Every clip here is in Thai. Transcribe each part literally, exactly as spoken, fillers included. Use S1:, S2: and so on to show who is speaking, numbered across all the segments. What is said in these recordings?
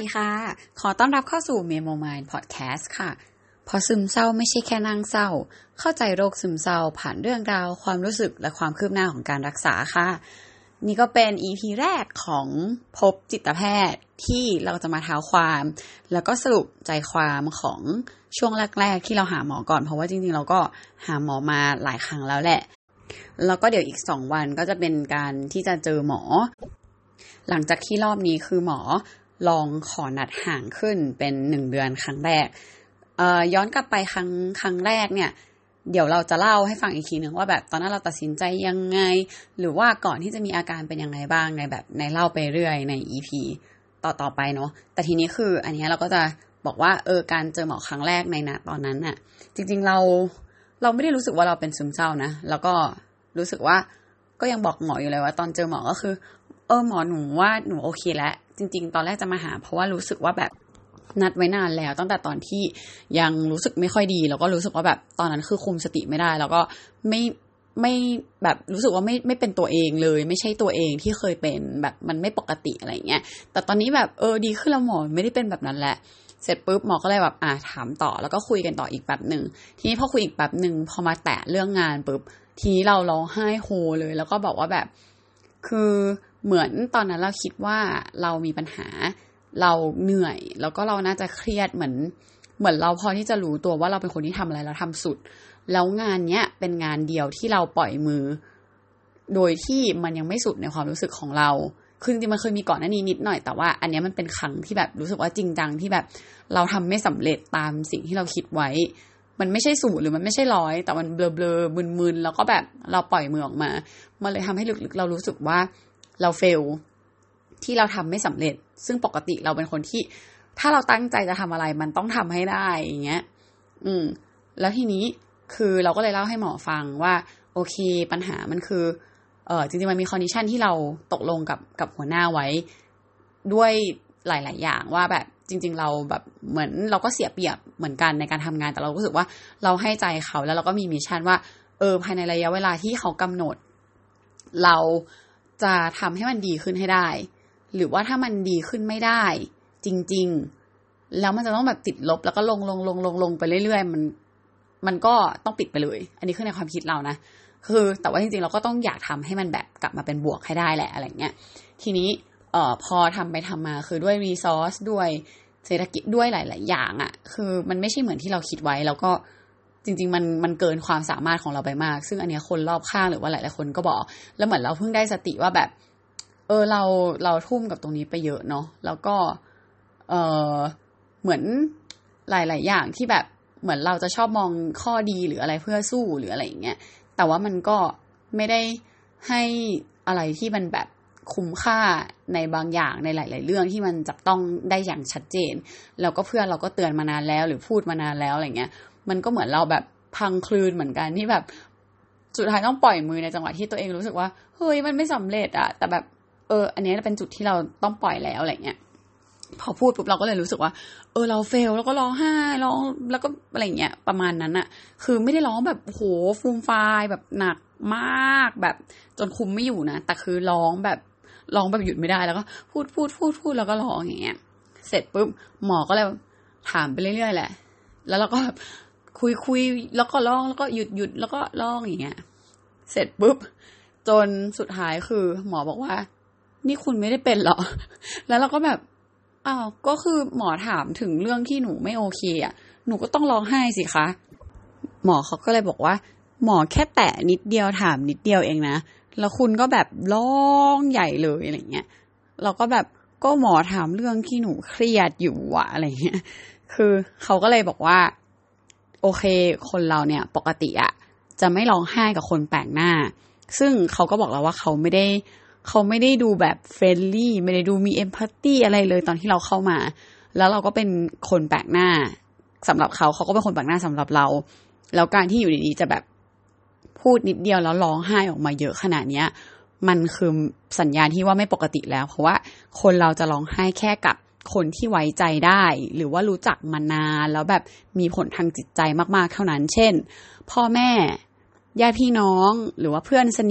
S1: ดีค่ะขอต้อนรับเข้าสู่ Memo Mind Podcast ค่ะเพราะซึมเศร้าไม่ใช่แค่นั่งเศร้าเข้าใจโรคซึมเศร้าผ่านเรื่องราวความรู้สึกและความคืบหน้าของการรักษาค่ะนี่ก็เป็น อี พี แรกของพบจิตแพทย์ที่เราจะมาเท้าความแล้วก็สรุปใจความของช่วงแรกๆที่เราหาหมอก่อนเพราะว่าจริงๆเราก็หาหมอมาหลายครั้งแล้วแหละแล้วก็เดี๋ยวอีกสองวันก็จะเป็นการที่จะเจอหมอหลังจากที่รอบนี้คือหมอลองขอนัดห่างขึ้นเป็นหนึ่งเดือนครั้งแรกเอ่อย้อนกลับไปครั้งครั้งแรกเนี่ยเดี๋ยวเราจะเล่าให้ฟังอีกทีนึงว่าแบบตอนนั้นเราตัดสินใจยังไงหรือว่าก่อนที่จะมีอาการเป็นยังไงบ้างในแบบในเล่าไปเรื่อยใน อี พี ต่อต่อไปเนาะแต่ทีนี้คืออันนี้เราก็จะบอกว่าเออการเจอหมอครั้งแรกในณตอนนั้นน่ะจริงๆเราเราไม่ได้รู้สึกว่าเราเป็นซึมเศร้านะแล้วก็รู้สึกว่าก็ยังบอกหมออยู่เลยว่าตอนเจอหมอก็คือเออหมอหนูว่าหนูโอเคแล้วจริงๆตอนแรกจะมาหาเพราะว่ารู้สึกว่าแบบนัดไว้นานแล้วตั้งแต่ตอนที่ยังรู้สึกไม่ค่อยดีแล้วก็รู้สึกว่าแบบตอนนั้นคือคุมสติไม่ได้แล้วก็ไม่ไม่แบบรู้สึกว่าไม่ไม่เป็นตัวเองเลยไม่ใช่ตัวเองที่เคยเป็นแบบมันไม่ปกติอะไรเงี้ยแต่ตอนนี้แบบเออดีขึ้นแล้วหมอไม่ได้เป็นแบบนั้นแหละเสร็จปุ๊บหมอก็เลยแบบอ่ะถามต่อแล้วก็คุยกันต่ออีกแป๊บนึงทีนี้พอคุยอีกแป๊บนึงพอมาแตะเรื่องงานปุ๊บทีนี้เราร้องไห้โฮเลยแล้วก็บอกว่าแบบคือเหมือนตอนนั้นเราคิดว่าเรามีปัญหาเราเหนื่อยแล้วก็เราน่าจะเครียดเหมือนเหมือนเราพอที่จะรู้ตัวว่าเราเป็นคนที่ทำอะไรแล้วทำสุดแล้วงานเนี้ยเป็นงานเดียวที่เราปล่อยมือโดยที่มันยังไม่สุดในความรู้สึกของเราคือจริงๆมันเคยมีก่อนหน้านี้นิดหน่อยแต่ว่าอันนี้มันเป็นครั้งที่แบบรู้สึกว่าจริงจังที่แบบเราทำไม่สำเร็จตามสิ่งที่เราคิดไว้มันไม่ใช่ศูนย์หรือมันไม่ใช่ร้อยแต่มันเบลอๆมึนๆแล้วก็แบบเราปล่อยมือออกมามันเลยทำให้ลึกๆเรารู้สึกว่าเราเฟลที่เราทำไม่สำเร็จซึ่งปกติเราเป็นคนที่ถ้าเราตั้งใจจะทำอะไรมันต้องทำให้ได้อย่างเงี้ยอืมแล้วทีนี้คือเราก็เลยเล่าให้หมอฟังว่าโอเคปัญหามันคือเออจริงๆมันมีคอนดิชันที่เราตกลงกับกับหัวหน้าไว้ด้วยหลายๆอย่างว่าแบบจริงๆเราแบบเหมือนเราก็เสียเปรียบเหมือนกันในการทำงานแต่เรารู้สึกว่าเราให้ใจเขาแล้วเราก็มีมิชชั่นว่าเออภายในระยะเวลาที่เขากำหนดเราจะทำให้มันดีขึ้นให้ได้หรือว่าถ้ามันดีขึ้นไม่ได้จริงๆแล้วมันจะต้องแบบติดลบแล้วก็ลงลงลงลงลงไปเรื่อยๆมันมันก็ต้องปิดไปเลยอันนี้คือในความคิดเรานะคือแต่ว่าจริงๆเราก็ต้องอยากทำให้มันแบบกลับมาเป็นบวกให้ได้แหละอะไรเงี้ยทีนี้เอ่อพอทำไปทำมาคือด้วยรีซอสด้วยเศรษฐกิจด้วยหลายๆอย่างอ่ะคือมันไม่ใช่เหมือนที่เราคิดไว้แล้วก็จริงๆมันมันเกินความสามารถของเราไปมากซึ่งอันนี้คนรอบข้างหรือว่าหลายๆคนก็บอกแล้วเหมือนเราเพิ่งได้สติว่าแบบเออเราเราทุ่มกับตรงนี้ไปเยอะเนาะแล้วก็เออเหมือนหลายๆอย่างที่แบบเหมือนเราจะชอบมองข้อดีหรืออะไรเพื่อสู้หรืออะไรอย่างเงี้ยแต่ว่ามันก็ไม่ได้ให้อะไรที่มันแบบคุ้มค่าในบางอย่างในหลายๆเรื่องที่มันจับต้องได้อย่างชัดเจนแล้วก็เพื่อนเราก็เตือนมานานแล้วหรือพูดมานานแล้วอะไรเงี้ยมันก็เหมือนเราแบบพังคลืนเหมือนกันที่แบบสุดท้ายต้องปล่อยมือในจังหวะที่ตัวเองรู้สึกว่าเฮ้ยมันไม่สำเร็จอะแต่แบบเอออันนี้เป็นจุดที่เราต้องปล่อยแล้วอะไรเงี้ยพอพูดปุ๊บเราก็เลยรู้สึกว่าเออเราเฟลแล้วก็ร้องไห้ร้องแล้วก็อะไรเงี้ยประมาณนั้นอะคือไม่ได้ร้องแบบโหฟูมฟายแบบหนักมากแบบจนคุมไม่อยู่นะแต่คือร้องแบบร้องแบบหยุดไม่ได้แล้วก็พูดพูดพูดพูดแล้วก็ร้องอย่างเงี้ยเสร็จปุ๊บหมอก็เลยถามไปเรื่อยๆแหละแล้วเราก็คุยคุยแล้วก็ร้องแล้วก็หยุดหยุดแล้วก็ร้องอย่างเงี้ยเสร็จปุ๊บจนสุดท้ายคือหมอบอกว่านี่คุณไม่ได้เป็นหรอแล้วเราก็แบบอ้าวก็คือหมอถามถึงเรื่องที่หนูไม่โอเคอ่ะหนูก็ต้องร้องไห้สิคะหมอเขาก็เลยบอกว่าหมอแค่แตะนิดเดียวถามนิดเดียวเองนะแล้วคุณก็แบบร้องใหญ่เลยอะไรเงี้ยเราก็แบบก็หมอถามเรื่องที่หนูเครียดอยู่อะอะไรเงี้ยคือเขาก็เลยบอกว่าโอเคคนเราเนี่ยปกติอะจะไม่ร้องไห้กับคนแปลกหน้าซึ่งเขาก็บอกแล้วว่าเขาไม่ได้เขาไม่ได้ดูแบบเฟรนลี่ไม่ได้ดูมีเอมพัตตี้อะไรเลยตอนที่เราเข้ามาแล้วเราก็เป็นคนแปลกหน้าสำหรับเขาเขาก็เป็นคนแปลกหน้าสำหรับเราแล้วการที่อยู่ดีๆจะแบบพูดนิดเดียวแล้วร้องไห้ออกมาเยอะขนาดเนี้ยมันคือสัญญาณที่ว่าไม่ปกติแล้วเพราะว่าคนเราจะร้องไห้แค่กับคนที่ไว้ใจได้หรือว่ารู้จักมานานแล้วแบบมีผลทางจิตใจมากๆเท่านั้นเช่นพ่อแม่ญาติพี่น้องหรือว่าเพื่อนสนิท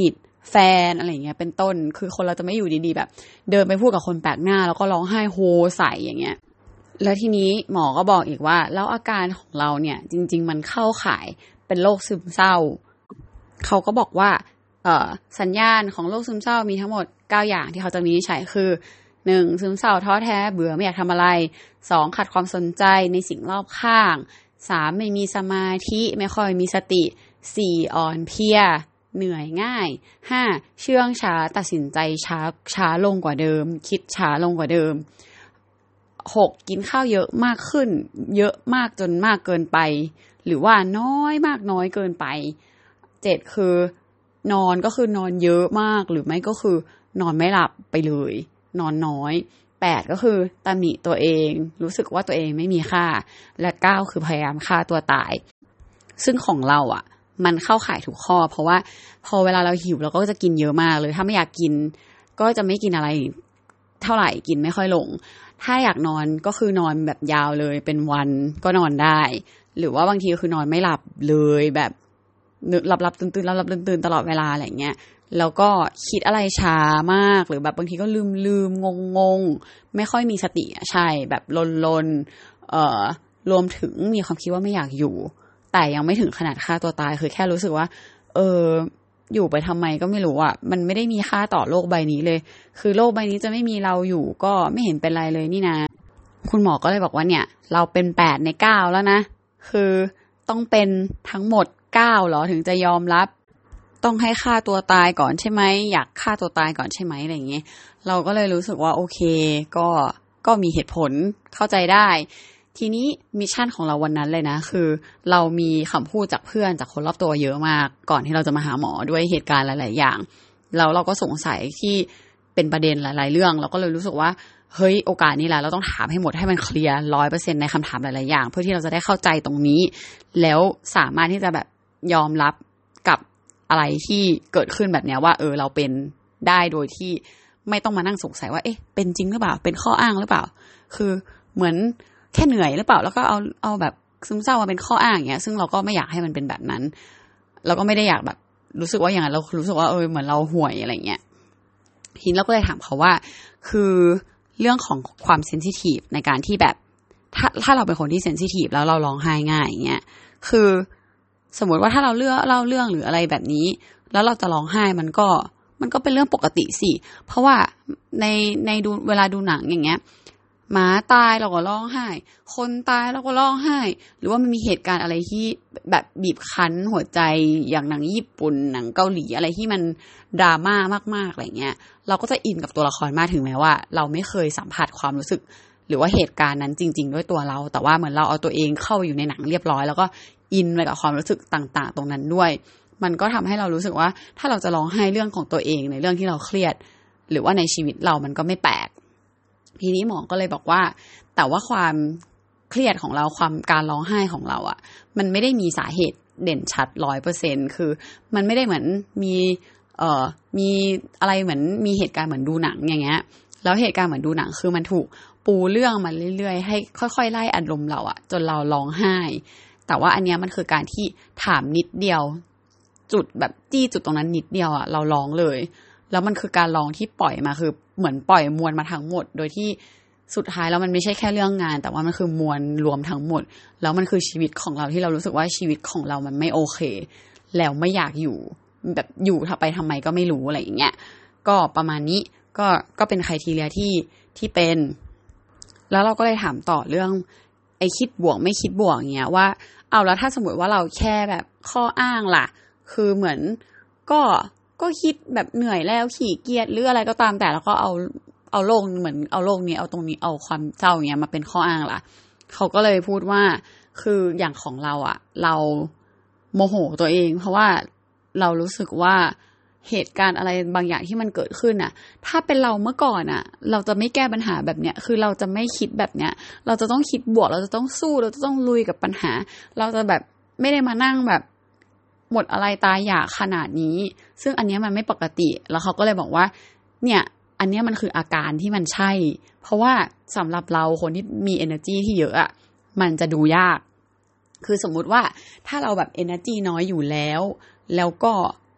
S1: แฟนอะไรเงี้ยเป็นต้นคือคนเราจะไม่อยู่ดีๆแบบเดินไปพูดกับคนแปลกหน้าแล้วก็ร้องไห้โฮใส่อย่างเงี้ยแล้วทีนี้หมอก็บอกอีกว่าแล้วอาการของเราเนี่ยจริงๆมันเข้าข่ายเป็นโรคซึมเศร้าเขาก็บอกว่าเอ่อสัญญาณของโรคซึมเศร้ามีทั้งหมดเก้าอย่างที่เขาจะวินิจฉัยคือหนึ่งซึมเศร้าท้อแท้เบื่อไม่อยากทำอะไรสองขาดความสนใจในสิ่งรอบข้างสามไม่มีสมาธิไม่ค่อยมีสติสี่อ่อนเพลียเหนื่อยง่ายห้าเชื่องช้าตัดสินใจช้าช้าลงกว่าเดิมคิดช้าลงกว่าเดิมหกกินข้าวเยอะมากขึ้นเยอะมากจนมากเกินไปหรือว่าน้อยมากน้อยเกินไปเจ็ดคือนอนก็คือนอนเยอะมากหรือไม่ก็คือนอนไม่หลับไปเลยนอนน้อยแปดก็คือตำหนิตัวเองรู้สึกว่าตัวเองไม่มีค่าและเก้าคือพยายามฆ่าตัวตายซึ่งของเราอ่ะมันเข้าข่ายทุกข้อเพราะว่าพอเวลาเราหิวเราก็จะกินเยอะมากเลยถ้าไม่อยากกินก็จะไม่กินอะไรเท่าไหร่กินไม่ค่อยลงถ้าอยากนอนก็คือนอนแบบยาวเลยเป็นวันก็นอนได้หรือว่าบางทีก็คือนอนไม่หลับเลยแบบหลับหลับตื่นตื่นหลับหลับตื่นตื่นตลอดเวลาอะไรเงี้ยแล้วก็คิดอะไรช้ามากหรือแบบบางทีก็ลืมลืมงงงงไม่ค่อยมีสติใช่แบบลนลนเอ่อรวมถึงมีความคิดว่าไม่อยากอยู่แต่ยังไม่ถึงขนาดฆ่าตัวตายคือแค่รู้สึกว่าเอออยู่ไปทำไมก็ไม่รู้อ่ะมันไม่ได้มีค่าต่อโลกใบนี้เลยคือโลกใบนี้จะไม่มีเราอยู่ก็ไม่เห็นเป็นไรเลยนี่นะคุณหมอก็เลยบอกว่าเนี่ยเราเป็นแปดในเก้าแล้วนะคือต้องเป็นทั้งหมดเก้าเหรอถึงจะยอมรับต้องให้ฆ่าตัวตายก่อนใช่ไหมอยากฆ่าตัวตายก่อนใช่ไหมอะไรอย่างเงี้ยเราก็เลยรู้สึกว่าโอเคก็ก็มีเหตุผลเข้าใจได้ทีนี้มิชชั่นของเราวันนั้นเลยนะคือเรามีคำพูดจากเพื่อนจากคนรอบตัวเยอะมากก่อนที่เราจะมาหาหมอด้วยเหตุการณ์หลายๆอย่างแล้วเราก็สงสัยที่เป็นประเด็นหลายๆเรื่องเราก็เลยรู้สึกว่าเฮ้ยโอกาสนี้แหละเราต้องถามให้หมดให้มันเคลียร์ ร้อยเปอร์เซ็นต์ ในคำถามหลายๆอย่างเพื่อที่เราจะได้เข้าใจตรงนี้แล้วสามารถที่จะแบบยอมรับกับอะไรที่เกิดขึ้นแบบนี้ว่าเออเราเป็นได้โดยที่ไม่ต้องมานั่งสงสัยว่าเอ๊ะเป็นจริงหรือเปล่าเป็นข้ออ้างหรือเปล่าคือเหมือนแค่เหนื่อยหรือเปล่าแล้วก็เอาเอาแบบซึมเศร้ามาเป็นข้ออ้างอย่างเงี้ยซึ่งเราก็ไม่อยากให้มันเป็นแบบนั้นเราก็ไม่ได้อยากแบบรู้สึกว่าอย่างนั้นเรารู้สึกว่าเออเหมือนเราห่วยอะไรเงี้ยทีนี้เราก็เลยถามเขาว่าคือเรื่องของความเซนซิทีฟในการที่แบบถ้าถ้าเราเป็นคนที่เซนซิทีฟแล้วเราร้องไห้ง่ายอย่างเงี้ยคือสมมติว่าถ้าเราเลือกเล่าเรื่องหรืออะไรแบบนี้แล้วเราจะร้องไห้มันก็มันก็เป็นเรื่องปกติสิเพราะว่าในในดูเวลาดูหนังอย่างเงี้ยหมาตายเราก็ร้องไห้คนตายเราก็ร้องไห้หรือว่ามันมีเหตุการณ์อะไรที่แบบบีบคั้นหัวใจอย่างหนังญี่ปุ่นหนังเกาหลีอะไรที่มันดราม่ามากๆอะไรเงี้ยเราก็จะอินกับตัวละครมากถึงแม้ว่าเราไม่เคยสัมผัสความรู้สึกหรือว่าเหตุการณ์นั้นจริงๆด้วยตัวเราแต่ว่าเหมือนเราเอาตัวเองเข้าอยู่ในหนังเรียบร้อยแล้วก็อินไปกับความรู้สึกต่างๆตรงนั้นด้วยมันก็ทำให้เรารู้สึกว่าถ้าเราจะร้องไห้เรื่องของตัวเองในเรื่องที่เราเครียดหรือว่าในชีวิตเรามันก็ไม่แปลกทีนี้หมอก็เลยบอกว่าแต่ว่าความเครียดของเราความการร้องไห้ของเราอ่ะมันไม่ได้มีสาเหตุเด่นชัด ร้อยเปอร์เซ็นต์ คือมันไม่ได้เหมือนมีเอ่อมีอะไรเหมือนมีเหตุการณ์เหมือนดูหนังอย่างเงี้ยแล้วเหตุการณ์เหมือนดูหนังคือมันถูกปูเรื่องมาเรื่อยๆให้ค่อยๆไล่อารมณ์เราอ่ะจนเราร้องไห้แต่ว่าอันเนี้ยมันคือการที่ถามนิดเดียวจุดแบบจี้จุดตรงนั้นนิดเดียวอ่ะเราร้องเลยแล้วมันคือการร้องที่ปล่อยมาคือเหมือนปล่อยมวลมาทั้งหมดโดยที่สุดท้ายแล้วมันไม่ใช่แค่เรื่องงานแต่ว่ามันคือมวลรวมทั้งหมดแล้วมันคือชีวิตของเราที่เรารู้สึกว่าชีวิตของเรามันไม่โอเคแล้วไม่อยากอยู่แบบอยู่ไปทำไมก็ไม่รู้อะไรอย่างเงี้ยก็ประมาณนี้ก็ก็เป็นไครทีเรียที่ที่เป็นแล้วเราก็เลยถามต่อเรื่องไอ้คิดบวกไม่คิดบวกเงี้ยว่าเอาแล้วถ้าสมมติว่าเราแค่แบบข้ออ้างล่ะคือเหมือนก็ก็คิดแบบเหนื่อยแล้วขี้เกียจหรืออะไรก็ตามแต่แล้วก็เอาเอาโลกเหมือนเอาโลกนี้เอาตรงนี้เอาความเศร้าอย่างเงี้ยมาเป็นข้ออ้างล่ะเขาก็เลยพูดว่าคืออย่างของเราอ่ะเราโมโหตัวเองเพราะว่าเรารู้สึกว่าเหตุการณ์อะไรบางอย่างที่มันเกิดขึ้นน่ะถ้าเป็นเราเมื่อก่อนน่ะเราจะไม่แก้ปัญหาแบบเนี้ยคือเราจะไม่คิดแบบเนี้ยเราจะต้องคิดบวกเราจะต้องสู้เราจะต้องลุยกับปัญหาเราจะแบบไม่ได้มานั่งแบบหมดอะไรตายอยากขนาดนี้ซึ่งอันนี้มันไม่ปกติแล้วเขาก็เลยบอกว่าเนี่ยอันนี้มันคืออาการที่มันใช่เพราะว่าสำหรับเราคนที่มี energy ที่เยอะอ่ะมันจะดูยากคือสมมุติว่าถ้าเราแบบ energy น้อยอยู่แล้วแล้วก็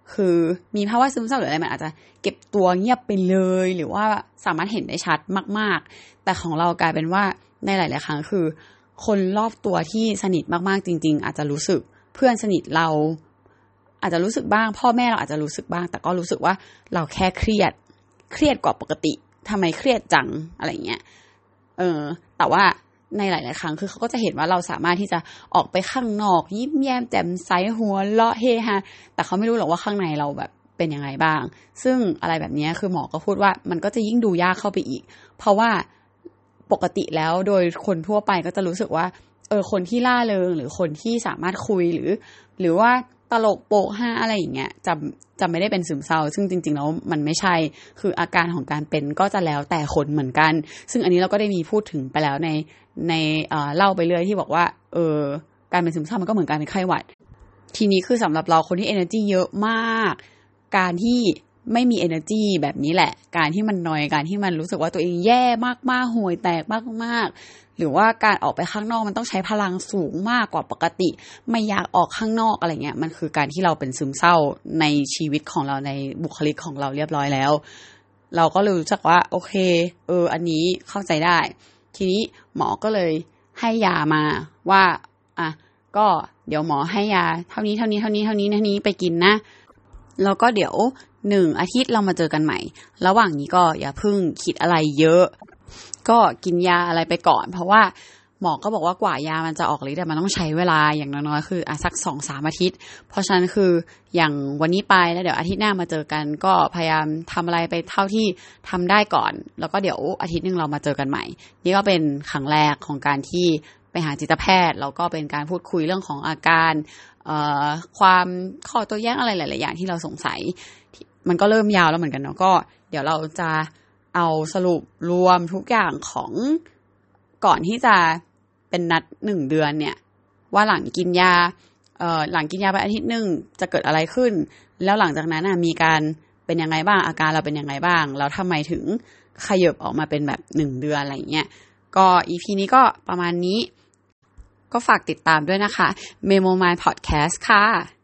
S1: คือมีภาวะซึมเศร้าหรืออะไรมันอาจจะเก็บตัวเงียบไปเลยหรือว่าสามารถเห็นได้ชัดมากๆแต่ของเรากลายเป็นว่าในหลายๆครั้งคือคนรอบตัวที่สนิทมากๆจริงๆอาจจะรู้สึกเพื่อนสนิทเราอาจจะรู้สึกบ้างพ่อแม่เราอาจจะรู้สึกบ้างแต่ก็รู้สึกว่าเราแค่เครียดเครียดกว่าปกติทำไมเครียดจังอะไรเงี้ยเออแต่ว่าในหลายๆครั้งคือเขาก็จะเห็นว่าเราสามารถที่จะออกไปข้างนอกยิ้มแย้มแจ่มใสหัวเราะเฮฮาแต่เขาไม่รู้หรอกว่าข้างในเราแบบเป็นยังไงบ้างซึ่งอะไรแบบนี้คือหมอก็พูดว่ามันก็จะยิ่งดูยากเข้าไปอีกเพราะว่าปกติแล้วโดยคนทั่วไปก็จะรู้สึกว่าเออคนที่ล่าเริงหรือคนที่สามารถคุยหรือหรือว่าตลกโปกฮาอะไรอย่างเงี้ยจะจะไม่ได้เป็นซึมเศร้าซึ่งจริงๆแล้วมันไม่ใช่คืออาการของการเป็นก็จะแล้วแต่คนเหมือนกันซึ่งอันนี้เราก็ได้มีพูดถึงไปแล้วในในเอ่อเล่าไปเรื่อยที่บอกว่าเออการเป็นซึมเศร้ามันก็เหมือนการเป็นไข้หวัดทีนี้คือสำหรับเราคนที่ energy เยอะมากการที่ไม่มี energy แบบนี้แหละการที่มันนอยการที่มันรู้สึกว่าตัวเองแย่มากๆห่วยแตกมากๆหรือว่าการออกไปข้างนอกมันต้องใช้พลังสูงมากกว่าปกติไม่อยากออกข้างนอกอะไรเงี้ยมันคือการที่เราเป็นซึมเศร้าในชีวิตของเราในบุคลิกของเราเรียบร้อยแล้วเราก็เลยรู้สึกว่าโอเคเอออันนี้เข้าใจได้ทีนี้หมอก็เลยให้ยามาว่าอ่ะก็เดี๋ยวหมอให้ยาเท่านี้เท่านี้เท่านี้เท่านี้เท่านี้ไปกินนะแล้วก็เดี๋ยวหนึ่งอาทิตย์เรามาเจอกันใหม่ระหว่างนี้ก็อย่าเพิ่งคิดอะไรเยอะก็กินยาอะไรไปก่อนเพราะว่าหมอก็บอกว่ากว่ายามันจะออกฤทธิ์มันต้องใช้เวลาอย่างน้อยๆคืออ่ะสัก สองถึงสาม อาทิตย์เพราะฉะนั้นคืออย่างวันนี้ไปแล้วเดี๋ยวอาทิตย์หน้ามาเจอกันก็พยายามทำอะไรไปเท่าที่ทำได้ก่อนแล้วก็เดี๋ยวอาทิตย์นึงเรามาเจอกันใหม่นี่ก็เป็นครั้งแรกของการที่ไปหาจิตแพทย์แล้วก็เป็นการพูดคุยเรื่องของอาการเอ่อความข้อโต้แย้งอะไรหลายๆอย่างที่เราสงสัยมันก็เริ่มยาวแล้วเหมือนกันเนาะก็เดี๋ยวเราจะเอาสรุปรวมทุกอย่างของก่อนที่จะเป็นนัดหนึ่งเดือนเนี่ยว่าหลังกินยาเอ่อหลังกินยาไปอาทิตย์นึงจะเกิดอะไรขึ้นแล้วหลังจากนั้นน่ะมีการเป็นยังไงบ้างอาการเราเป็นยังไงบ้างแล้วทำไมถึงขยับออกมาเป็นแบบหนึ่งเดือนอะไรอย่างเงี้ยก็ อี พี นี้ก็ประมาณนี้ก็ฝากติดตามด้วยนะคะ Memo Mind Podcast ค่ะ